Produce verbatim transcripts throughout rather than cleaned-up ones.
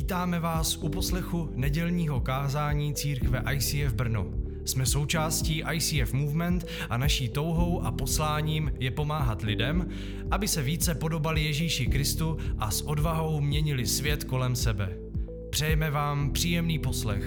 Vítáme vás u poslechu nedělního kázání církve I C F Brno. Jsme součástí I C F Movement a naší touhou a posláním je pomáhat lidem, aby se více podobali Ježíši Kristu a s odvahou měnili svět kolem sebe. Přejeme vám příjemný poslech.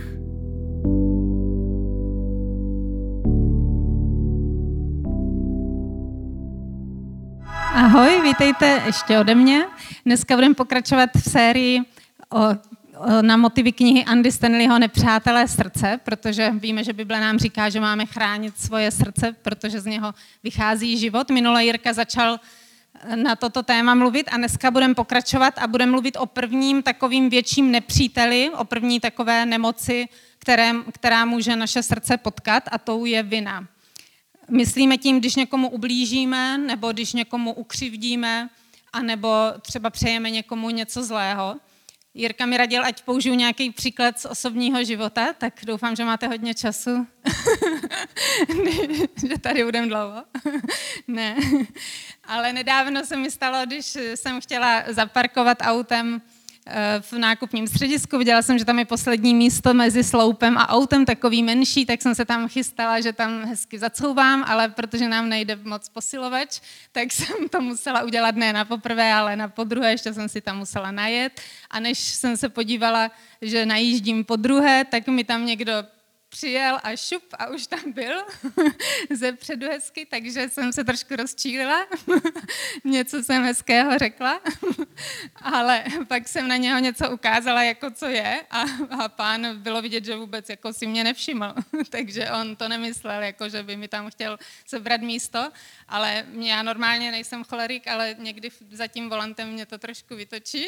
Ahoj, vítejte ještě ode mě. Dneska budeme pokračovat v sérii o, o, na motivy knihy Andy Stanleyho Nepřátelé srdce, protože víme, že Bible nám říká, že máme chránit svoje srdce, protože z něho vychází život. Minule Jirka začal na toto téma mluvit a dneska budeme pokračovat a budeme mluvit o prvním takovým větším nepříteli, o první takové nemoci, které, která může naše srdce potkat, a tou je vina. Myslíme tím, když někomu ublížíme, nebo když někomu ukřivdíme, anebo třeba přejeme někomu něco zlého. Jirka mi radil, ať použiju nějaký příklad z osobního života, tak doufám, že máte hodně času, že tady budeme dlouho. Ne, ale nedávno se mi stalo, když jsem chtěla zaparkovat autem v nákupním středisku, viděla jsem, že tam je poslední místo mezi sloupem a autem, takový menší, tak jsem se tam chystala, že tam hezky zacouvám, ale protože nám nejde moc posilovač, tak jsem to musela udělat ne na poprvé, ale na podruhé, ještě jsem si tam musela najet, a než jsem se podívala, že najíždím podruhé, tak mi tam někdo přijel a šup a už tam byl ze předu hezky, takže jsem se trošku rozčílila. Něco jsem hezkého řekla, ale pak jsem na něho něco ukázala, jako co je, a, a pán bylo vidět, že vůbec jako si mě nevšiml, takže on to nemyslel, jako že by mi tam chtěl sebrat místo, ale já normálně nejsem cholerik, ale někdy za tím volantem mě to trošku vytočí,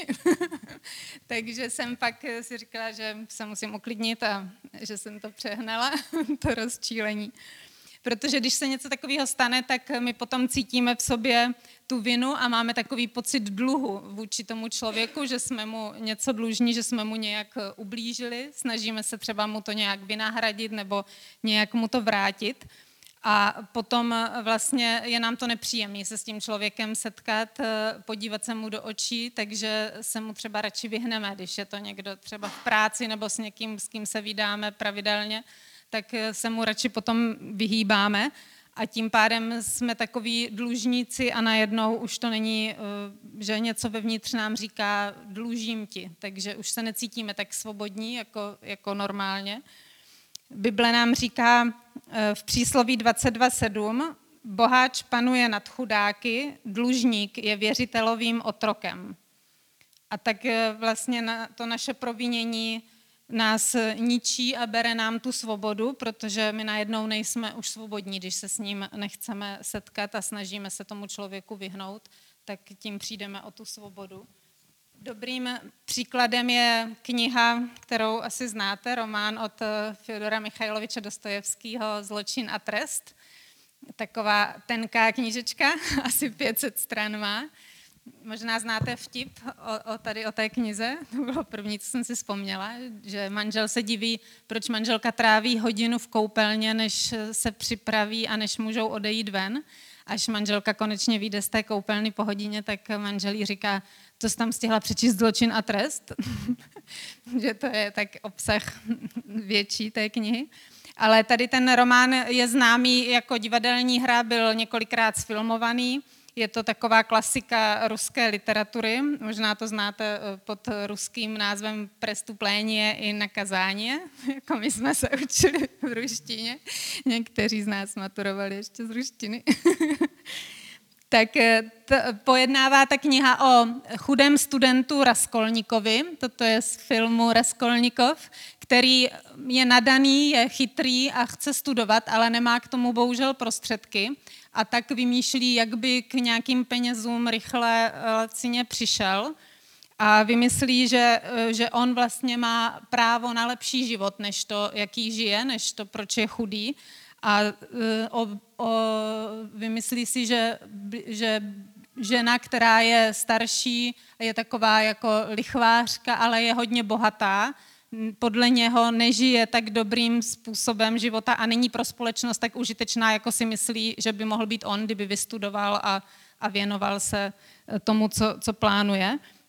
takže jsem pak si říkala, že se musím uklidnit a že jsem to pře hnala, to rozčílení. Protože když se něco takového stane, tak my potom cítíme v sobě tu vinu a máme takový pocit dluhu vůči tomu člověku, že jsme mu něco dlužní, že jsme mu nějak ublížili, snažíme se třeba mu to nějak vynahradit nebo nějak mu to vrátit. A potom vlastně je nám to nepříjemné se s tím člověkem setkat, podívat se mu do očí, takže se mu třeba radši vyhneme, když je to někdo třeba v práci nebo s někým, s kým se vídáme pravidelně, tak se mu radši potom vyhýbáme a tím pádem jsme takoví dlužníci a najednou už to není, že něco vevnitř nám říká dlužím ti, takže už se necítíme tak svobodní jako, jako normálně. Bible nám říká v přísloví dvacet dva sedm, boháč panuje nad chudáky, dlužník je věřitelovým otrokem. A tak vlastně na to naše provinění nás ničí a bere nám tu svobodu, protože my najednou nejsme už svobodní, když se s ním nechceme setkat a snažíme se tomu člověku vyhnout, tak tím přijdeme o tu svobodu. Dobrým příkladem je kniha, kterou asi znáte, román od Fjodora Michajloviče Dostojevského Zločin a trest. Taková tenká knížečka, asi pět set stran má. Možná znáte vtip o, o tady o té knize, to bylo první, co jsem si vzpomněla, že manžel se diví, proč manželka tráví hodinu v koupelně, než se připraví a než můžou odejít ven. Až manželka konečně vyjde z té koupelny po hodině, tak manžel jí říká, to jsi tam stihla přečíst Zločin a trest, že to je tak obsah větší té knihy. Ale tady ten román je známý jako divadelní hra, byl několikrát sfilmovaný. Je to taková klasika ruské literatury, možná to znáte pod ruským názvem Prestuplenie i nakázánie, jako my jsme se učili v ruštině. Někteří z nás maturovali ještě z ruštiny. Tak t- pojednává ta kniha o chudém studentu Raskolnikovi, toto je z filmu Raskolnikov, který je nadaný, je chytrý a chce studovat, ale nemá k tomu bohužel prostředky a tak vymýšlí, jak by k nějakým penězům rychle lacině přišel a vymyslí, že, že on vlastně má právo na lepší život, než to, jaký žije, než to, proč je chudý. A o, o, vymyslí si, že, že žena, která je starší, je taková jako lichvářka, ale je hodně bohatá, podle něho nežije tak dobrým způsobem života a není pro společnost tak užitečná, jako si myslí, že by mohl být on, kdyby vystudoval a, a věnoval se tomu, co, co plánuje.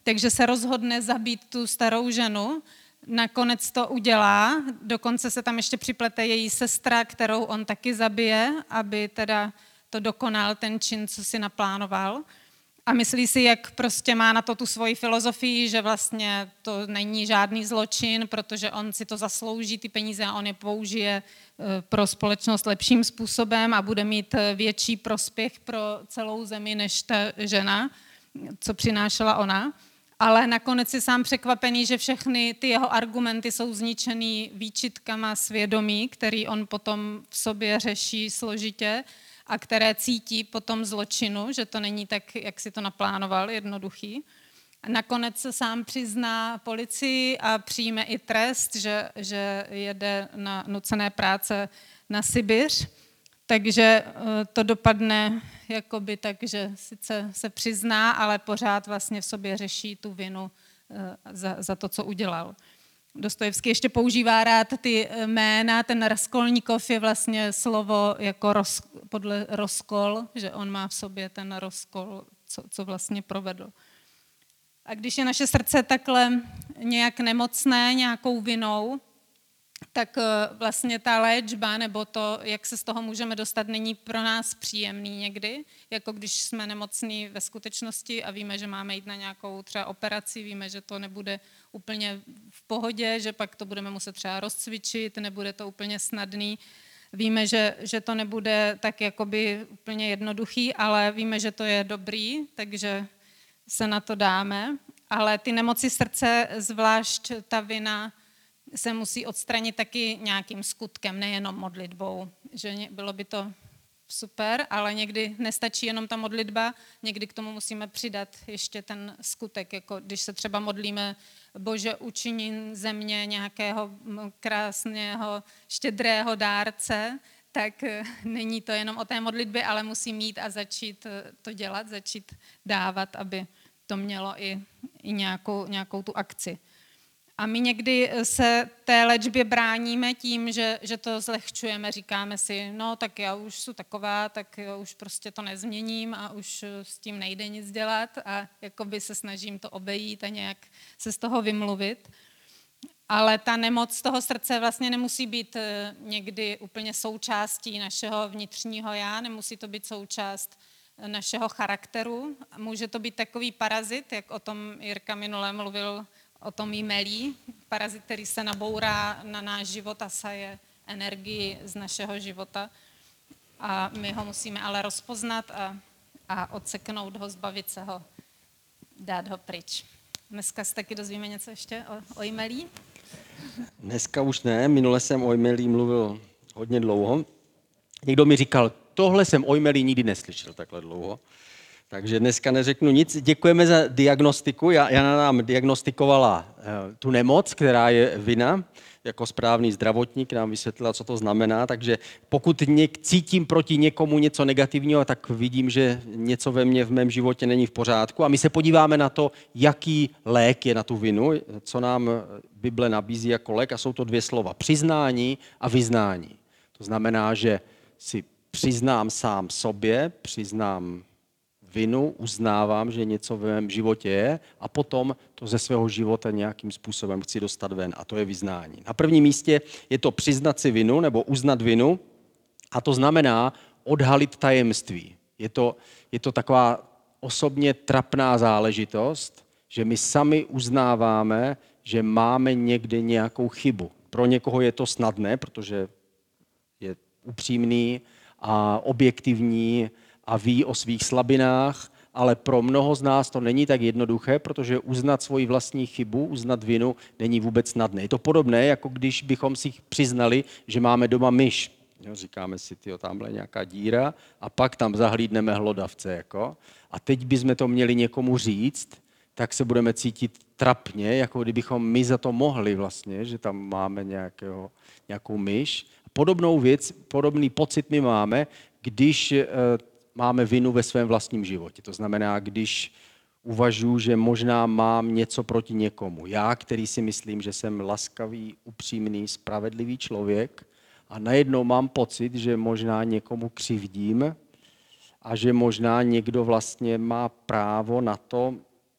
takže se rozhodne zabít tu starou ženu. Nakonec to udělá, dokonce se tam ještě připlete její sestra, kterou on taky zabije, aby teda to dokonal ten čin, co si naplánoval. A myslí si, jak prostě má na to tu svoji filozofii, že vlastně to není žádný zločin, protože on si to zaslouží, ty peníze, a on je použije pro společnost lepším způsobem a bude mít větší prospěch pro celou zemi, než ta žena, co přinášela ona. Ale nakonec je sám překvapený, že všechny ty jeho argumenty jsou zničený výčitkama svědomí, který on potom v sobě řeší složitě a které cítí po tom zločinu, že to není tak, jak si to naplánoval, jednoduchý. A nakonec se sám přizná policii a přijme i trest, že, že jede na nucené práce na Sibiř. Takže to dopadne jakoby tak, že sice se přizná, ale pořád vlastně v sobě řeší tu vinu za, za to, co udělal. Dostojevský ještě používá rád ty jména, ten Raskolníkov je vlastně slovo jako roz, podle rozkol, že on má v sobě ten rozkol, co, co vlastně provedl. A když je naše srdce takhle nějak nemocné, nějakou vinou, tak vlastně ta léčba nebo to, jak se z toho můžeme dostat, není pro nás příjemný někdy, jako když jsme nemocní ve skutečnosti a víme, že máme jít na nějakou třeba operaci, víme, že to nebude úplně v pohodě, že pak to budeme muset třeba rozcvičit, nebude to úplně snadný. Víme, že, že to nebude tak jakoby úplně jednoduchý, ale víme, že to je dobrý, takže se na to dáme. Ale ty nemoci srdce, zvlášť ta vina, se musí odstranit taky nějakým skutkem, nejenom modlitbou. Že bylo by to super, ale někdy nestačí jenom ta modlitba, někdy k tomu musíme přidat ještě ten skutek, jako když se třeba modlíme Bože, učiň ze mě nějakého krásného, štědrého dárce, tak není to jenom o té modlitbě, ale musí mít a začít to dělat, začít dávat, aby to mělo i, i nějakou, nějakou tu akci. A my někdy se té léčbě bráníme tím, že, že to zlehčujeme, říkáme si, no tak já už jsem taková, tak já už prostě to nezměním a už s tím nejde nic dělat a jakoby se snažím to obejít a nějak se z toho vymluvit. Ale ta nemoc toho srdce vlastně nemusí být někdy úplně součástí našeho vnitřního já, nemusí to být součást našeho charakteru. Může to být takový parazit, jak o tom Jirka minule mluvil, o tom jímelí, parazit, který se nabourá na náš život a saje energii z našeho života. A my ho musíme ale rozpoznat a, a odseknout ho, zbavit se ho, dát ho pryč. Dneska se taky dozvíme něco ještě o, o jímelí? Dneska už ne, minule jsem o jímelí mluvil hodně dlouho. Někdo mi říkal, tohle jsem o jímelí nikdy neslyšel takhle dlouho. Takže dneska neřeknu nic. Děkujeme za diagnostiku. Jana nám diagnostikovala tu nemoc, která je vina. Jako správný zdravotník nám vysvětlila, co to znamená. Takže pokud něk, cítím proti někomu něco negativního, tak vidím, že něco ve mně v mém životě není v pořádku. A my se podíváme na to, jaký lék je na tu vinu, co nám Bible nabízí jako lék. A jsou to dvě slova. Přiznání a vyznání. To znamená, že si přiznám sám sobě, přiznám vinu, uznávám, že něco v mém životě je a potom to ze svého života nějakým způsobem chci dostat ven a to je vyznání. Na prvním místě je to přiznat si vinu nebo uznat vinu a to znamená odhalit tajemství. Je to, je to taková osobně trapná záležitost, že my sami uznáváme, že máme někde nějakou chybu. Pro někoho je to snadné, protože je upřímný a objektivní a ví o svých slabinách, ale pro mnoho z nás to není tak jednoduché, protože uznat svoji vlastní chybu, uznat vinu není vůbec snadné. Je to podobné, jako když bychom si přiznali, že máme doma myš. Jo, říkáme si, tyjo, tamhle nějaká díra a pak tam zahlídneme hlodavce. Jako. A teď bychom to měli někomu říct, tak se budeme cítit trapně, jako kdybychom my za to mohli vlastně, že tam máme nějakého, nějakou myš. Podobnou věc, podobný pocit my máme, když máme vinu ve svém vlastním životě. To znamená, když uvažuji, že možná mám něco proti někomu. Já, který si myslím, že jsem laskavý, upřímný, spravedlivý člověk a najednou mám pocit, že možná někomu křivdím a že možná někdo vlastně má právo na to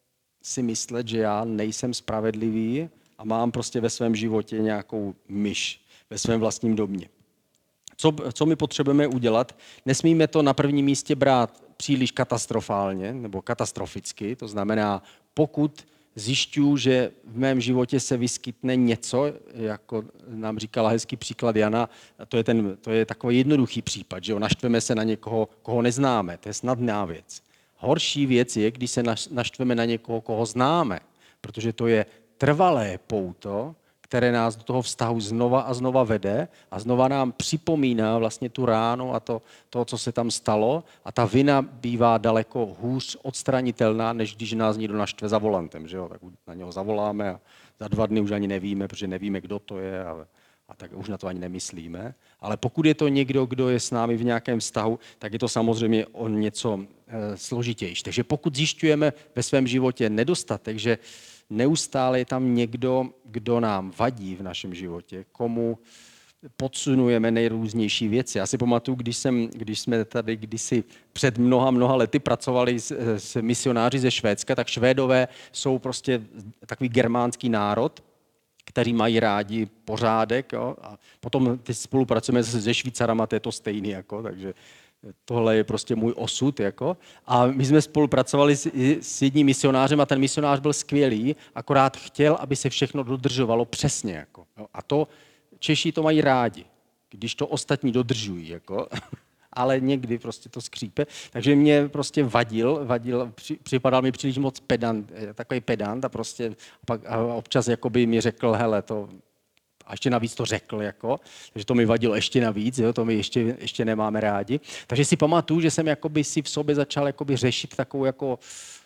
si myslet, že já nejsem spravedlivý a mám prostě ve svém životě nějakou myš ve svém vlastním domě. Co, co my potřebujeme udělat? Nesmíme to na prvním místě brát příliš katastrofálně nebo katastroficky, to znamená, pokud zjišťuju, že v mém životě se vyskytne něco, jako nám říkala hezký příklad Jana, to je, ten, to je takový jednoduchý případ, že jo, naštveme se na někoho, koho neznáme, to je snadná věc. Horší věc je, když se naštveme na někoho, koho známe, protože to je trvalé pouto, které nás do toho vztahu znova a znova vede a znova nám připomíná vlastně tu ránu a to, to, co se tam stalo. A ta vina bývá daleko hůř odstranitelná, než když nás někdo naštve za volantem. Že jo? Tak na něho zavoláme a za dva dny už ani nevíme, protože nevíme, kdo to je a, a tak už na to ani nemyslíme. Ale pokud je to někdo, kdo je s námi v nějakém vztahu, tak je to samozřejmě o něco e, složitější. Takže pokud zjišťujeme ve svém životě nedostatek, že neustále je tam někdo, kdo nám vadí v našem životě, komu podsunujeme nejrůznější věci. Já si pamatuju, když, jsem, když jsme tady kdysi před mnoha, mnoha lety pracovali s, s misionáři ze Švédska, tak Švédové jsou prostě takový germánský národ, který mají rádi pořádek. Jo? A potom teď spolupracujeme se Švýcarama, to je to stejný. Jako, takže tohle je prostě můj osud. Jako. A my jsme spolupracovali s, s jedním misionářem a ten misionář byl skvělý, akorát chtěl, aby se všechno dodržovalo přesně. Jako. A to Češi to mají rádi, když to ostatní dodržují. Jako. Ale někdy prostě to skřípe. Takže mě prostě vadil, vadil připadal mi příliš moc pedant, takový pedant a prostě pak a občas jakoby mi řekl, hele, to a ještě navíc to řekl, jako, takže to mi vadilo ještě navíc, jo, to my ještě, ještě nemáme rádi. Takže si pamatuju, že jsem jakoby si v sobě začal jakoby řešit takovou, jako,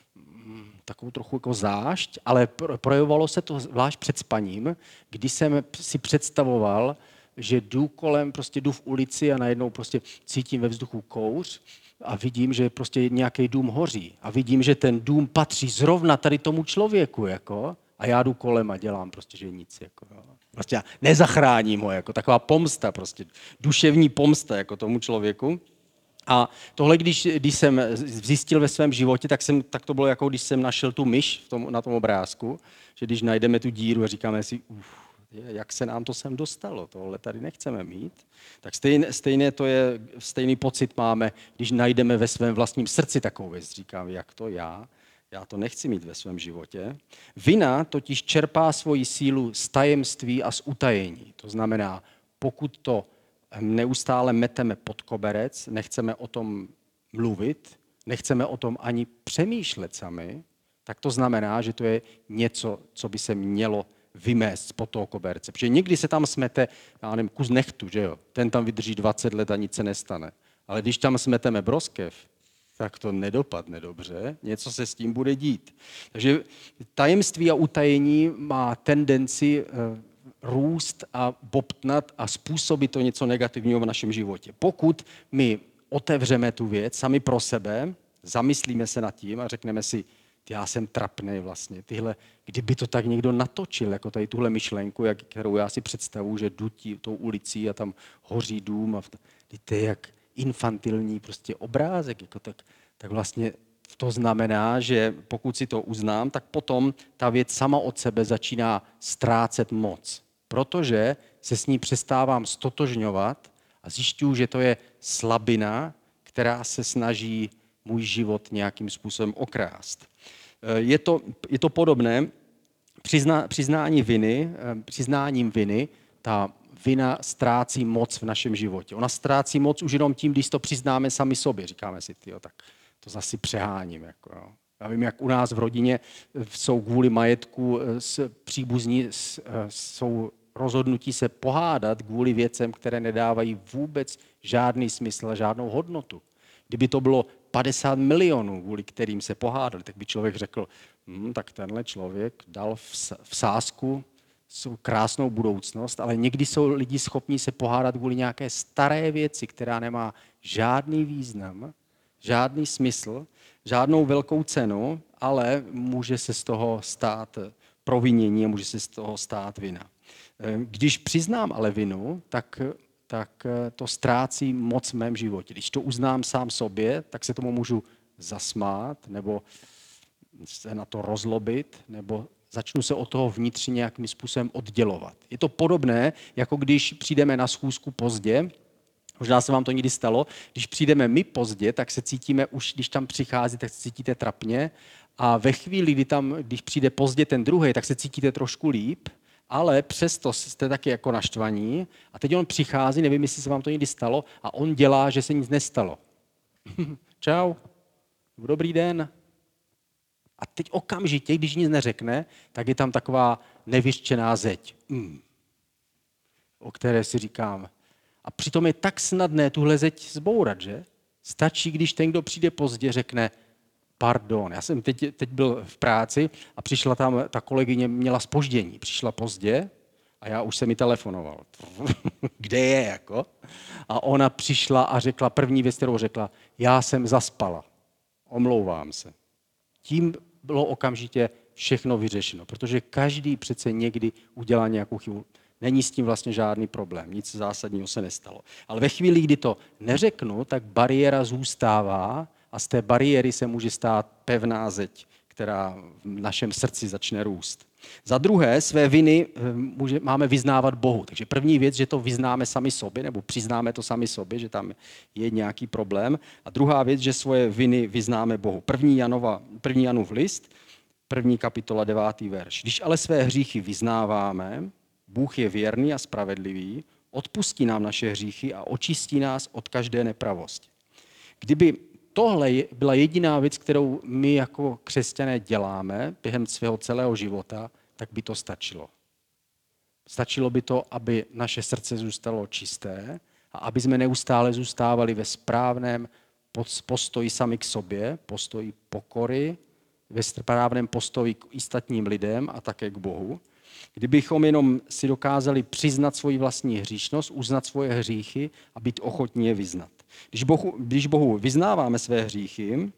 takovou trochu jako zášť, ale projevovalo se to zvlášť před spaním, kdy jsem si představoval, že jdu kolem, prostě jdu v ulici a najednou prostě cítím ve vzduchu kouř a vidím, že prostě nějaký dům hoří. A vidím, že ten dům patří zrovna tady tomu člověku, jako, a já jdu kolem a dělám prostě, že nic. Jako, jo. Prostě nezachráním ho, jako taková pomsta, prostě duševní pomsta jako tomu člověku. A tohle, když, když jsem zjistil ve svém životě, tak, jsem, tak to bylo jako, když jsem našel tu myš v tom, na tom obrázku, že když najdeme tu díru a říkáme si, uf, jak se nám to sem dostalo, tohle tady nechceme mít, tak stejné, stejné to je, stejný pocit máme, když najdeme ve svém vlastním srdci takovou věc. Říkám, jak to já? Já to nechci mít ve svém životě. Vina totiž čerpá svoji sílu z tajemství a z utajení. To znamená, pokud to neustále meteme pod koberec, nechceme o tom mluvit, nechceme o tom ani přemýšlet sami, tak to znamená, že to je něco, co by se mělo vymést spod toho koberce. Protože někdy se tam smete, já nevím, kus nechtu, že jo? Ten tam vydrží dvacet let a nic se nestane. Ale když tam smeteme broskev, tak to nedopadne dobře, něco se s tím bude dít. Takže tajemství a utajení má tendenci růst a bobtnat a způsobit to něco negativního v našem životě. Pokud my otevřeme tu věc sami pro sebe, zamyslíme se nad tím a řekneme si, já jsem trapnej vlastně, tyhle, kdyby to tak někdo natočil, jako tady tuhle myšlenku, jak, kterou já si představuji, že jdu tí, tou ulicí a tam hoří dům a to je jak infantilní prostě obrázek, jako tak, tak vlastně to znamená, že pokud si to uznám, tak potom ta věc sama od sebe začíná ztrácet moc, protože se s ní přestávám stotožňovat a zjišťuju, že to je slabina, která se snaží můj život nějakým způsobem okrást. Je to, je to podobné přizna, přiznání viny, přiznáním viny, ta vina ztrácí moc v našem životě. Ona ztrácí moc už jenom tím, když to přiznáme sami sobě. Říkáme si, tyjo, tak to zase přeháním. Jako, jo. Já vím, jak u nás v rodině jsou kvůli majetku s příbuzní, s, jsou rozhodnutí se pohádat kvůli věcem, které nedávají vůbec žádný smysl a žádnou hodnotu. Kdyby to bylo padesát milionů, kvůli kterým se pohádali, tak by člověk řekl, hm, tak tenhle člověk dal v sázku krásnou budoucnost, ale někdy jsou lidi schopní se pohádat kvůli nějaké staré věci, která nemá žádný význam, žádný smysl, žádnou velkou cenu, ale může se z toho stát provinění a může se z toho stát vina. Když přiznám ale vinu, tak, tak to ztrácí moc v mém životě. Když to uznám sám sobě, tak se tomu můžu zasmát nebo se na to rozlobit, nebo začnu se od toho vnitřně nějakým způsobem oddělovat. Je to podobné, jako když přijdeme na schůzku pozdě, možná se vám to někdy stalo, když přijdeme my pozdě, tak se cítíme už, když tam přichází, tak se cítíte trapně a ve chvíli, kdy tam, když přijde pozdě ten druhý, tak se cítíte trošku líp, ale přesto jste taky jako naštvaní a teď on přichází, nevím, jestli se vám to někdy stalo, a on dělá, že se nic nestalo. Čau, dobrý den. A teď okamžitě, když nic neřekne, tak je tam taková nevyřčená zeď, mm, o které si říkám. A přitom je tak snadné tuhle zeď zbourat, že? Stačí, když ten, kdo přijde pozdě, řekne pardon. Já jsem teď, teď byl v práci a přišla tam, ta kolegyně měla zpoždění. Přišla pozdě a já už jsem mi telefonoval. Kde je, jako? A ona přišla a řekla, první věc, kterou řekla, já jsem zaspala. Omlouvám se. Tím bylo okamžitě všechno vyřešeno, protože každý přece někdy udělá nějakou chybu. Není s tím vlastně žádný problém, nic zásadního se nestalo. Ale ve chvíli, kdy to neřeknu, tak bariéra zůstává a z té bariéry se může stát pevná zeď, která v našem srdci začne růst. Za druhé, své viny může, máme vyznávat Bohu. Takže první věc, že to vyznáme sami sobě, nebo přiznáme to sami sobě, že tam je nějaký problém. A druhá věc, že svoje viny vyznáme Bohu. První, Janova, první Janův list, první kapitola, devátý verš. Když ale své hříchy vyznáváme, Bůh je věrný a spravedlivý, odpustí nám naše hříchy a očistí nás od každé nepravosti. Kdyby tohle byla jediná věc, kterou my jako křesťané děláme během svého celého života, tak by to stačilo. Stačilo by to, aby naše srdce zůstalo čisté a aby jsme neustále zůstávali ve správném postoji sami k sobě, postoji pokory, ve správném postoji k ostatním lidem a také k Bohu. Kdybychom jenom si dokázali přiznat svoji vlastní hříšnost, uznat svoje hříchy a být ochotní je vyznat. Když Bohu, když Bohu vyznáváme své hříchy,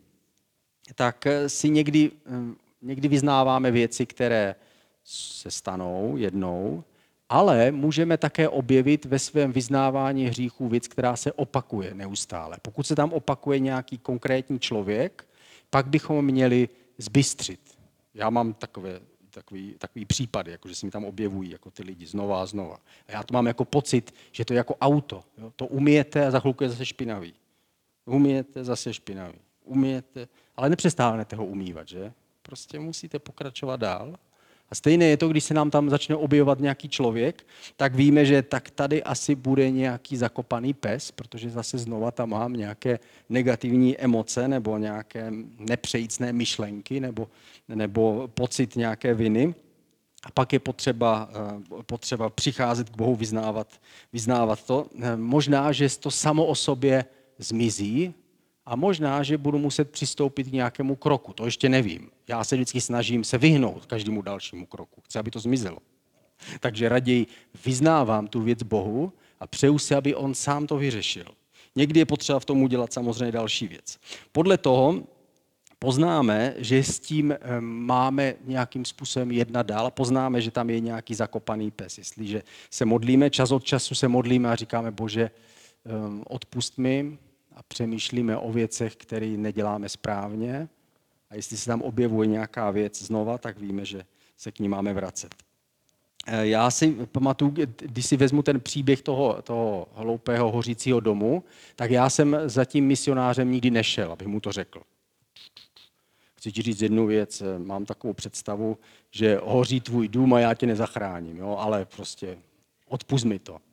tak si někdy, někdy vyznáváme věci, které se stanou jednou, ale můžeme také objevit ve svém vyznávání hříchů věc, která se opakuje neustále. Pokud se tam opakuje nějaký konkrétní člověk, pak bychom měli zbystřit. Já mám takové Takový, takový případy, jako že se mi tam objevují jako ty lidi znova a znova. A já to mám jako pocit, že to je jako auto. Jo? To umijete a za chvilku je zase špinavý. Umijete, zase špinavý. Umijete, ale nepřestáhnete ho umývat, že? Prostě musíte pokračovat dál. A stejné je to, když se nám tam začne objevovat nějaký člověk, tak víme, že tak tady asi bude nějaký zakopaný pes, protože zase znova tam mám nějaké negativní emoce nebo nějaké nepřejícné myšlenky nebo, nebo pocit nějaké viny. A pak je potřeba, potřeba přicházet k Bohu, vyznávat, vyznávat to. Možná, že to samo o sobě zmizí, a možná, že budu muset přistoupit k nějakému kroku, to ještě nevím. Já se vždycky snažím se vyhnout každému dalšímu kroku. Chci, aby to zmizelo. Takže raději vyznávám tu věc Bohu a přeju si, aby on sám to vyřešil. Někdy je potřeba v tom udělat samozřejmě další věc. Podle toho poznáme, že s tím máme nějakým způsobem jednat dál, poznáme, že tam je nějaký zakopaný pes. Jestliže se modlíme, čas od času se modlíme a říkáme, Bože, odpust mi, a přemýšlíme o věcech, které neděláme správně. A jestli se tam objevuje nějaká věc znova, tak víme, že se k ní máme vracet. Já si pamatuju, když si vezmu ten příběh toho, toho hloupého hořícího domu, tak já jsem za tím misionářem nikdy nešel, abych mu to řekl. Chci ti říct jednu věc, mám takovou představu, že hoří tvůj dům a já tě nezachráním, jo? Ale prostě odpusť mi to.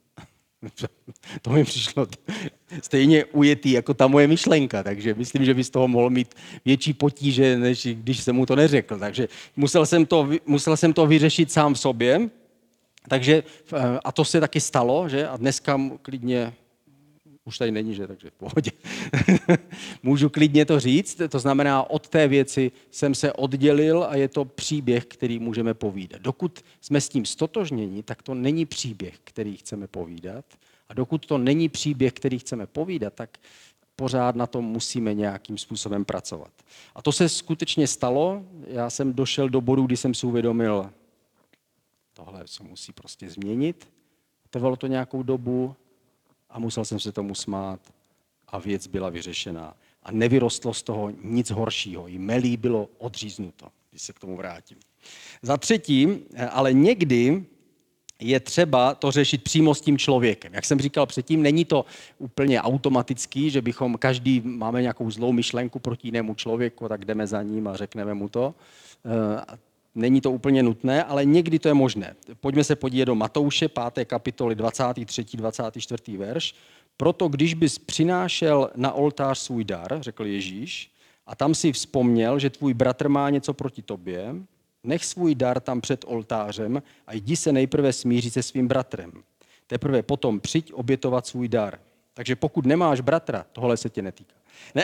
To mi přišlo stejně ujetý jako ta moje myšlenka, takže myslím, že by z toho mohl mít větší potíže, než když jsem mu to neřekl. Takže musel jsem to, musel jsem to vyřešit sám v sobě. Takže, a to se taky stalo, že? A dneska klidně, už tady není, že? Takže v pohodě. Můžu klidně to říct, to znamená, od té věci jsem se oddělil a je to příběh, který můžeme povídat. Dokud jsme s tím stotožněni, tak to není příběh, který chceme povídat. A dokud to není příběh, který chceme povídat, tak pořád na tom musíme nějakým způsobem pracovat. A to se skutečně stalo. Já jsem došel do bodu, kdy jsem si uvědomil, tohle se musí prostě změnit. Trvalo to nějakou dobu a musel jsem se tomu smát a věc byla vyřešená. A a nevyrostlo z toho nic horšího. I melí bylo odříznuto, když se k tomu vrátím. Za třetí, ale někdy je třeba to řešit přímo s tím člověkem. Jak jsem říkal předtím, není to úplně automatický, že bychom každý máme nějakou zlou myšlenku proti jinému člověku, tak jdeme za ním a řekneme mu to. Není to úplně nutné, ale někdy to je možné. Pojďme se podívat do Matouše, páté kapitoly, dvacátý třetí dvacátý čtvrtý verš. Proto, když bys přinášel na oltář svůj dar, řekl Ježíš, a tam si vzpomněl, že tvůj bratr má něco proti tobě, nech svůj dar tam před oltářem a jdi se nejprve smířit se svým bratrem. Teprve potom přijď obětovat svůj dar. Takže pokud nemáš bratra, tohle se tě netýká. Ne,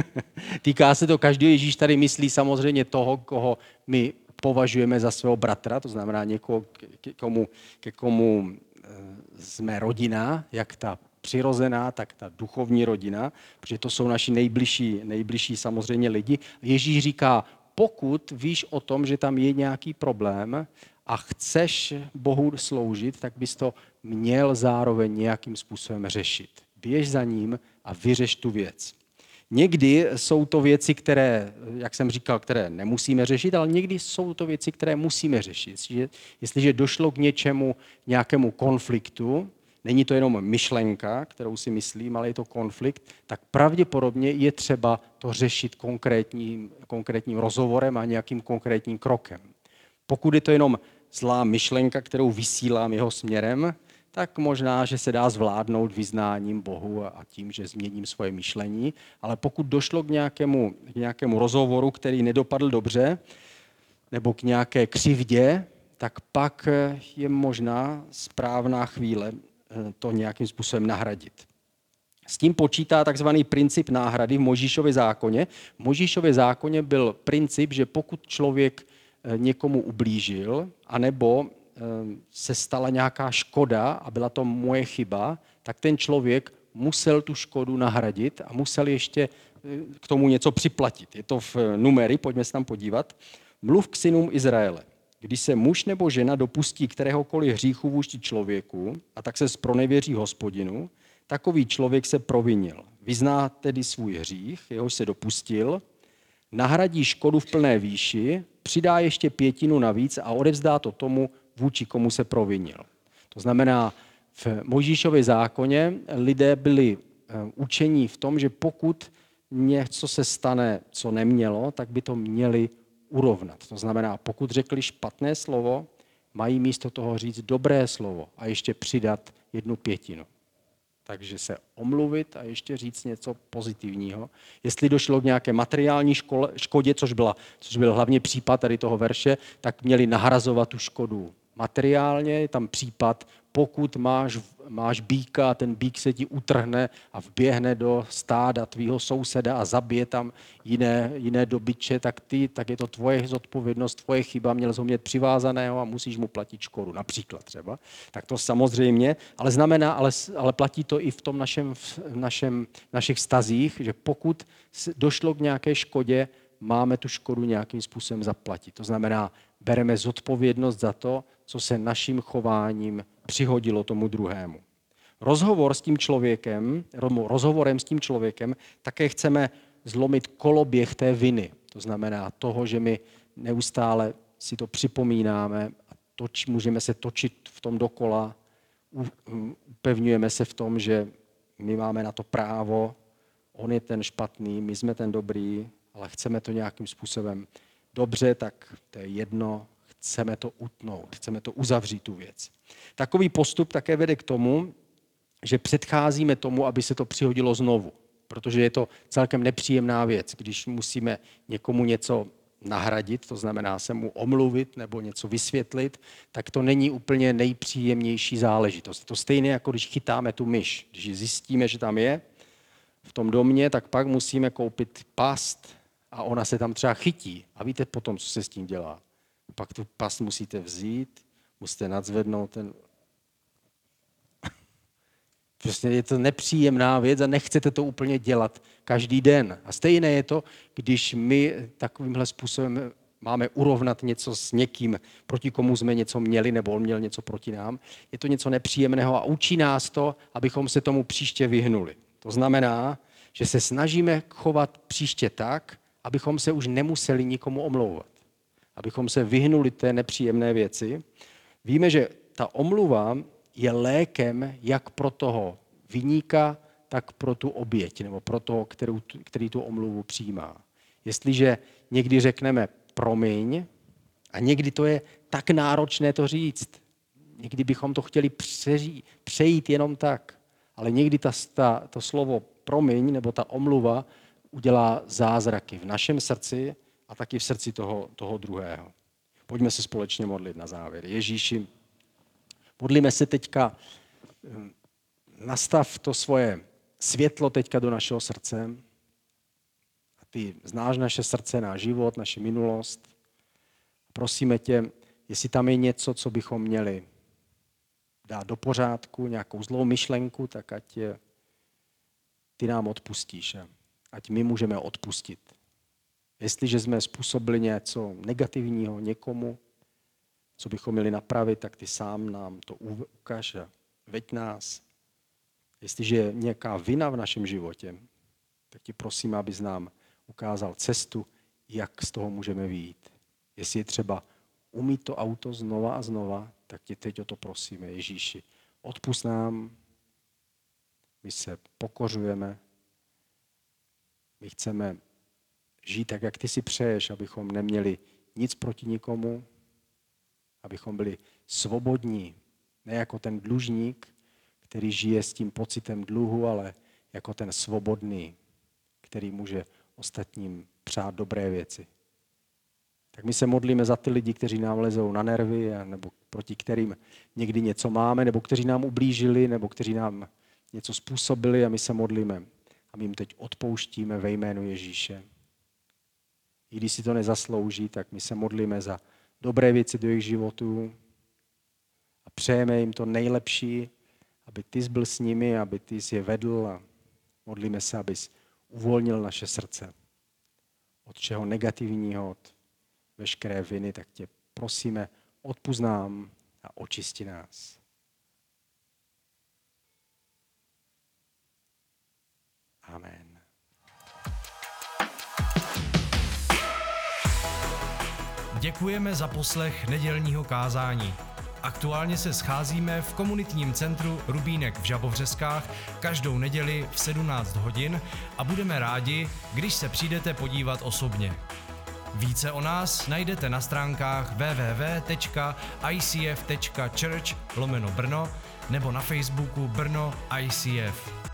týká se to každého. Ježíš tady myslí samozřejmě toho, koho my považujeme za svého bratra, to znamená někoho, ke komu, ke komu jsme rodina, jak ta přirozená, tak ta duchovní rodina, protože to jsou naši nejbližší, nejbližší samozřejmě lidi. Ježíš říká, pokud víš o tom, že tam je nějaký problém a chceš Bohu sloužit, tak bys to měl zároveň nějakým způsobem řešit. Běž za ním a vyřeš tu věc. Někdy jsou to věci, které, jak jsem říkal, které nemusíme řešit, ale někdy jsou to věci, které musíme řešit. Jestliže, jestliže došlo k něčemu, nějakému konfliktu, není to jenom myšlenka, kterou si myslím, ale je to konflikt, tak pravděpodobně je třeba to řešit konkrétním, konkrétním rozhovorem a nějakým konkrétním krokem. Pokud je to jenom zlá myšlenka, kterou vysílám jeho směrem, tak možná, že se dá zvládnout vyznáním Bohu a tím, že změním svoje myšlení, ale pokud došlo k nějakému, k nějakému rozhovoru, který nedopadl dobře, nebo k nějaké křivdě, tak pak je možná správná chvíle to nějakým způsobem nahradit. S tím počítá takzvaný princip náhrady v Mojžíšově zákoně. V Mojžíšově zákoně byl princip, že pokud člověk někomu ublížil, anebo se stala nějaká škoda a byla to moje chyba, tak ten člověk musel tu škodu nahradit a musel ještě k tomu něco připlatit. Je to v Numery, pojďme se tam podívat. Mluv k synům Izraele. Když se muž nebo žena dopustí kteréhokoliv hříchu vůči člověku a tak se zpronevěří Hospodinu, takový člověk se provinil. Vyzná tedy svůj hřích, jehož se dopustil, nahradí škodu v plné výši, přidá ještě pětinu navíc a odevzdá to tomu, vůči komu se provinil. To znamená, v Mojžíšově zákoně lidé byli učení v tom, že pokud něco se stane, co nemělo, tak by to měli urovnat. To znamená, pokud řekli špatné slovo, mají místo toho říct dobré slovo a ještě přidat jednu pětinu. Takže se omluvit a ještě říct něco pozitivního. Jestli došlo k nějaké materiální škole, škodě, což, byla, což byl hlavně případ tady toho verše, tak měli nahrazovat tu škodu materiálně. Je tam případ, pokud máš, máš býka a ten býk se ti utrhne a vběhne do stáda tvýho souseda a zabije tam jiné, jiné dobytče, tak ty, tak je to tvoje zodpovědnost, tvoje chyba, měl jsi ho mít přivázaného a musíš mu platit škodu, například třeba. Tak to samozřejmě, ale znamená, ale, ale platí to i v tom našem, v našem, našich vztazích, že pokud došlo k nějaké škodě, máme tu škodu nějakým způsobem zaplatit. To znamená, bereme zodpovědnost za to, co se naším chováním přihodilo tomu druhému. Rozhovor s tím člověkem, rozhovorem s tím člověkem také chceme zlomit koloběh té viny. To znamená toho, že my neustále si to připomínáme a toč, můžeme se točit v tom dokola, upevňujeme se v tom, že my máme na to právo, on je ten špatný, my jsme ten dobrý, ale chceme to nějakým způsobem dobře, tak to je jedno, chceme to utnout, chceme to uzavřít tu věc. Takový postup také vede k tomu, že předcházíme tomu, aby se to přihodilo znovu, protože je to celkem nepříjemná věc, když musíme někomu něco nahradit, to znamená se mu omluvit nebo něco vysvětlit, tak to není úplně nejpříjemnější záležitost. Je to stejné, jako když chytáme tu myš. Když zjistíme, že tam je v tom domě, tak pak musíme koupit past a ona se tam třeba chytí. A víte potom, co se s tím dělá. Pak tu past musíte vzít, musíte nadzvednout ten... Prostě je to nepříjemná věc a nechcete to úplně dělat každý den. A stejné je to, když my takovýmhle způsobem máme urovnat něco s někým, proti komu jsme něco měli, nebo on měl něco proti nám. Je to něco nepříjemného a učí nás to, abychom se tomu příště vyhnuli. To znamená, že se snažíme chovat příště tak, abychom se už nemuseli nikomu omlouvat. Abychom se vyhnuli té nepříjemné věci. Víme, že ta omluva je lékem jak pro toho viníka, tak pro tu oběť, nebo pro toho, kterou, který tu omluvu přijímá. Jestliže někdy řekneme promiň, a někdy to je tak náročné to říct, někdy bychom to chtěli přejít, přejít jenom tak, ale někdy ta, ta, to slovo promiň nebo ta omluva udělá zázraky v našem srdci a taky v srdci toho, toho druhého. Pojďme se společně modlit na závěr. Ježíši, modlíme se teďka, nastav to svoje světlo teďka do našeho srdce. A ty znáš naše srdce, náš život, naši minulost. Prosíme tě, jestli tam je něco, co bychom měli dát do pořádku, nějakou zlou myšlenku, tak ať je, ty nám odpustíš. Ať my můžeme odpustit. Jestliže jsme způsobili něco negativního někomu, co bychom měli napravit, tak ty sám nám to ukáž a veď nás. Jestliže je nějaká vina v našem životě, tak ti prosím, abys nám ukázal cestu, jak z toho můžeme vyjít. Jestli je třeba umýt to auto znova a znova, tak tě teď o to prosíme, Ježíši. Odpusť nám, my se pokořujeme, my chceme žít tak, jak ty si přeješ, abychom neměli nic proti nikomu, abychom byli svobodní, ne jako ten dlužník, který žije s tím pocitem dluhu, ale jako ten svobodný, který může ostatním přát dobré věci. Tak my se modlíme za ty lidi, kteří nám lezou na nervy, nebo proti kterým někdy něco máme, nebo kteří nám ublížili, nebo kteří nám něco způsobili a my se modlíme. A my jim teď odpouštíme ve jménu Ježíše. I když si to nezaslouží, tak my se modlíme za dobré věci do jejich životů a přejeme jim to nejlepší, aby ty jsi byl s nimi, aby ty jsi je vedl a modlíme se, abys uvolnil naše srdce od čeho negativního, od veškeré viny, tak tě prosíme, odpusť nám a očisti nás. Amen. Děkujeme za poslech nedělního kázání. Aktuálně se scházíme v komunitním centru Rubínek v Žabovřeskách každou neděli v sedmnáct hodin a budeme rádi, když se přijdete podívat osobně. Více o nás najdete na stránkách w w w tečka i c f tečka church lomeno Brno nebo na Facebooku Brno I C F.